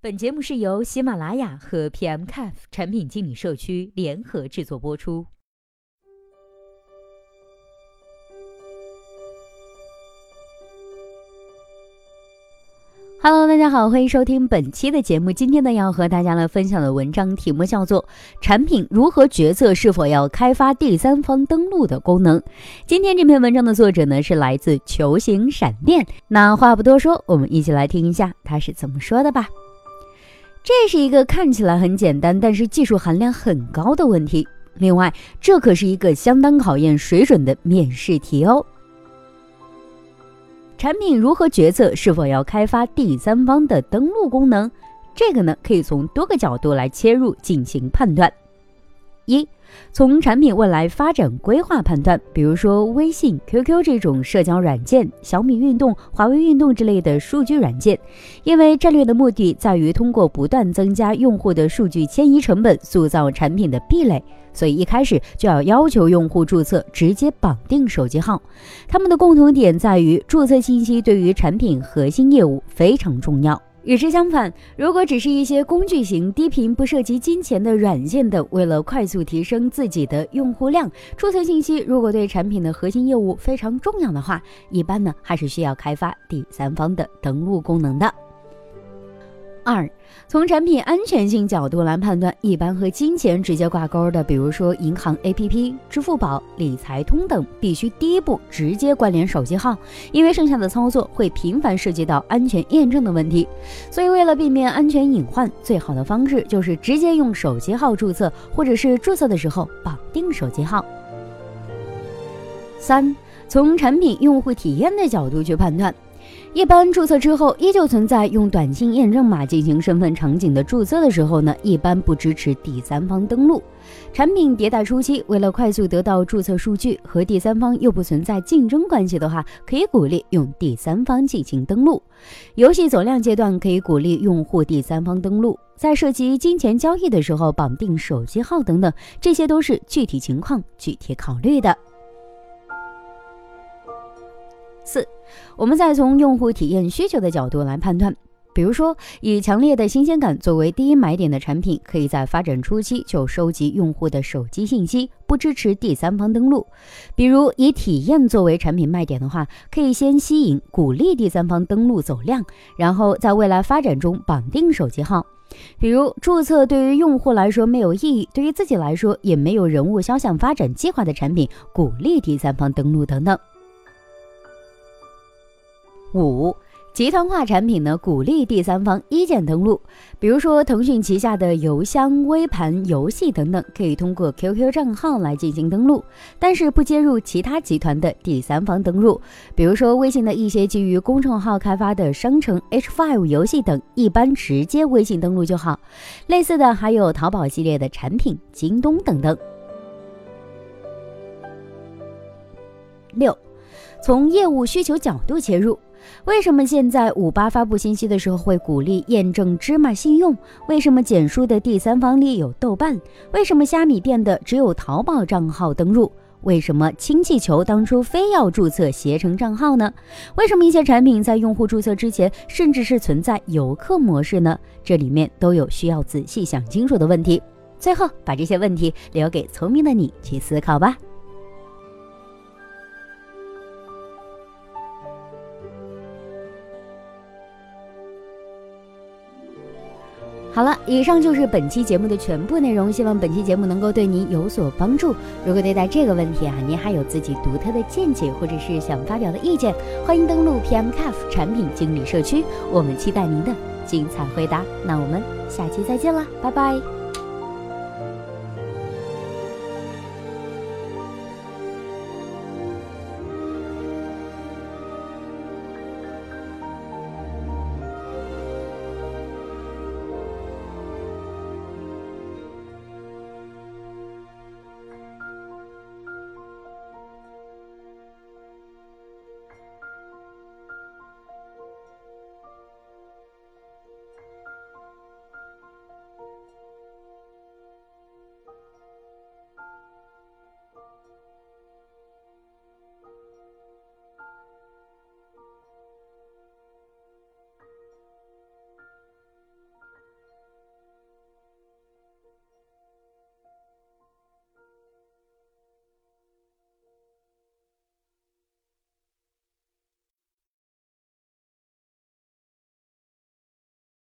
本节目是由喜马拉雅和 PMCAF 产品经理社区联合制作播出。Hello， 大家好，欢迎收听本期的节目。今天呢，要和大家来分享的文章题目叫做《产品如何决策是否要开发第三方登录的功能》。今天这篇文章的作者呢是来自球形闪电。那话不多说，我们一起来听一下他是怎么说的吧。这是一个看起来很简单，但是技术含量很高的问题。另外，这可是一个相当考验水准的面试题哦。产品如何决策是否要开发第三方的登录功能？这个呢，可以从多个角度来切入进行判断。一，从产品未来发展规划判断，比如说微信、QQ 这种社交软件，小米运动、华为运动之类的数据软件，因为战略的目的在于通过不断增加用户的数据迁移成本，塑造产品的壁垒，所以一开始就要求用户注册直接绑定手机号。他们的共同点在于注册信息对于产品核心业务非常重要。与之相反，如果只是一些工具型、低频不涉及金钱的软件等，为了快速提升自己的用户量，注册信息如果对产品的核心业务非常重要的话，一般呢还是需要开发第三方的登录功能的。二，从产品安全性角度来判断，一般和金钱直接挂钩的，比如说银行 APP、支付宝、理财通等，必须第一步直接关联手机号，因为剩下的操作会频繁涉及到安全验证的问题。所以为了避免安全隐患，最好的方式就是直接用手机号注册，或者是注册的时候绑定手机号。三，从产品用户体验的角度去判断，一般注册之后依旧存在用短信验证码进行身份场景的注册的时候呢，一般不支持第三方登录。产品迭代初期，为了快速得到注册数据，和第三方又不存在竞争关系的话，可以鼓励用第三方进行登录。游戏走量阶段可以鼓励用户第三方登录，在涉及金钱交易的时候绑定手机号等等，这些都是具体情况具体考虑的。四，我们再从用户体验需求的角度来判断，比如说以强烈的新鲜感作为第一买点的产品，可以在发展初期就收集用户的手机信息，不支持第三方登录。比如以体验作为产品卖点的话，可以先吸引鼓励第三方登录走量，然后在未来发展中绑定手机号。比如注册对于用户来说没有意义，对于自己来说也没有人物肖像发展计划的产品，鼓励第三方登录等等。五，集团化产品呢，鼓励第三方一键登录，比如说腾讯旗下的邮箱、微盘、游戏等等，可以通过 QQ 账号来进行登录，但是不接入其他集团的第三方登录。比如说微信的一些基于公众号开发的商城、H5 游戏等，一般直接微信登录就好。类似的还有淘宝系列的产品、京东等等。六，从业务需求角度切入，为什么现在58发布信息的时候会鼓励验证芝麻信用？为什么简书的第三方里有豆瓣？为什么虾米变得只有淘宝账号登录？为什么氢气球当初非要注册携程账号呢？为什么一些产品在用户注册之前甚至是存在游客模式呢？这里面都有需要仔细想清楚的问题。最后把这些问题留给聪明的你去思考吧。好了，以上就是本期节目的全部内容，希望本期节目能够对您有所帮助。如果对待这个问题您还有自己独特的见解，或者是想发表的意见，欢迎登录 PMCAF 产品经理社区，我们期待您的精彩回答。那我们下期再见啦，拜拜。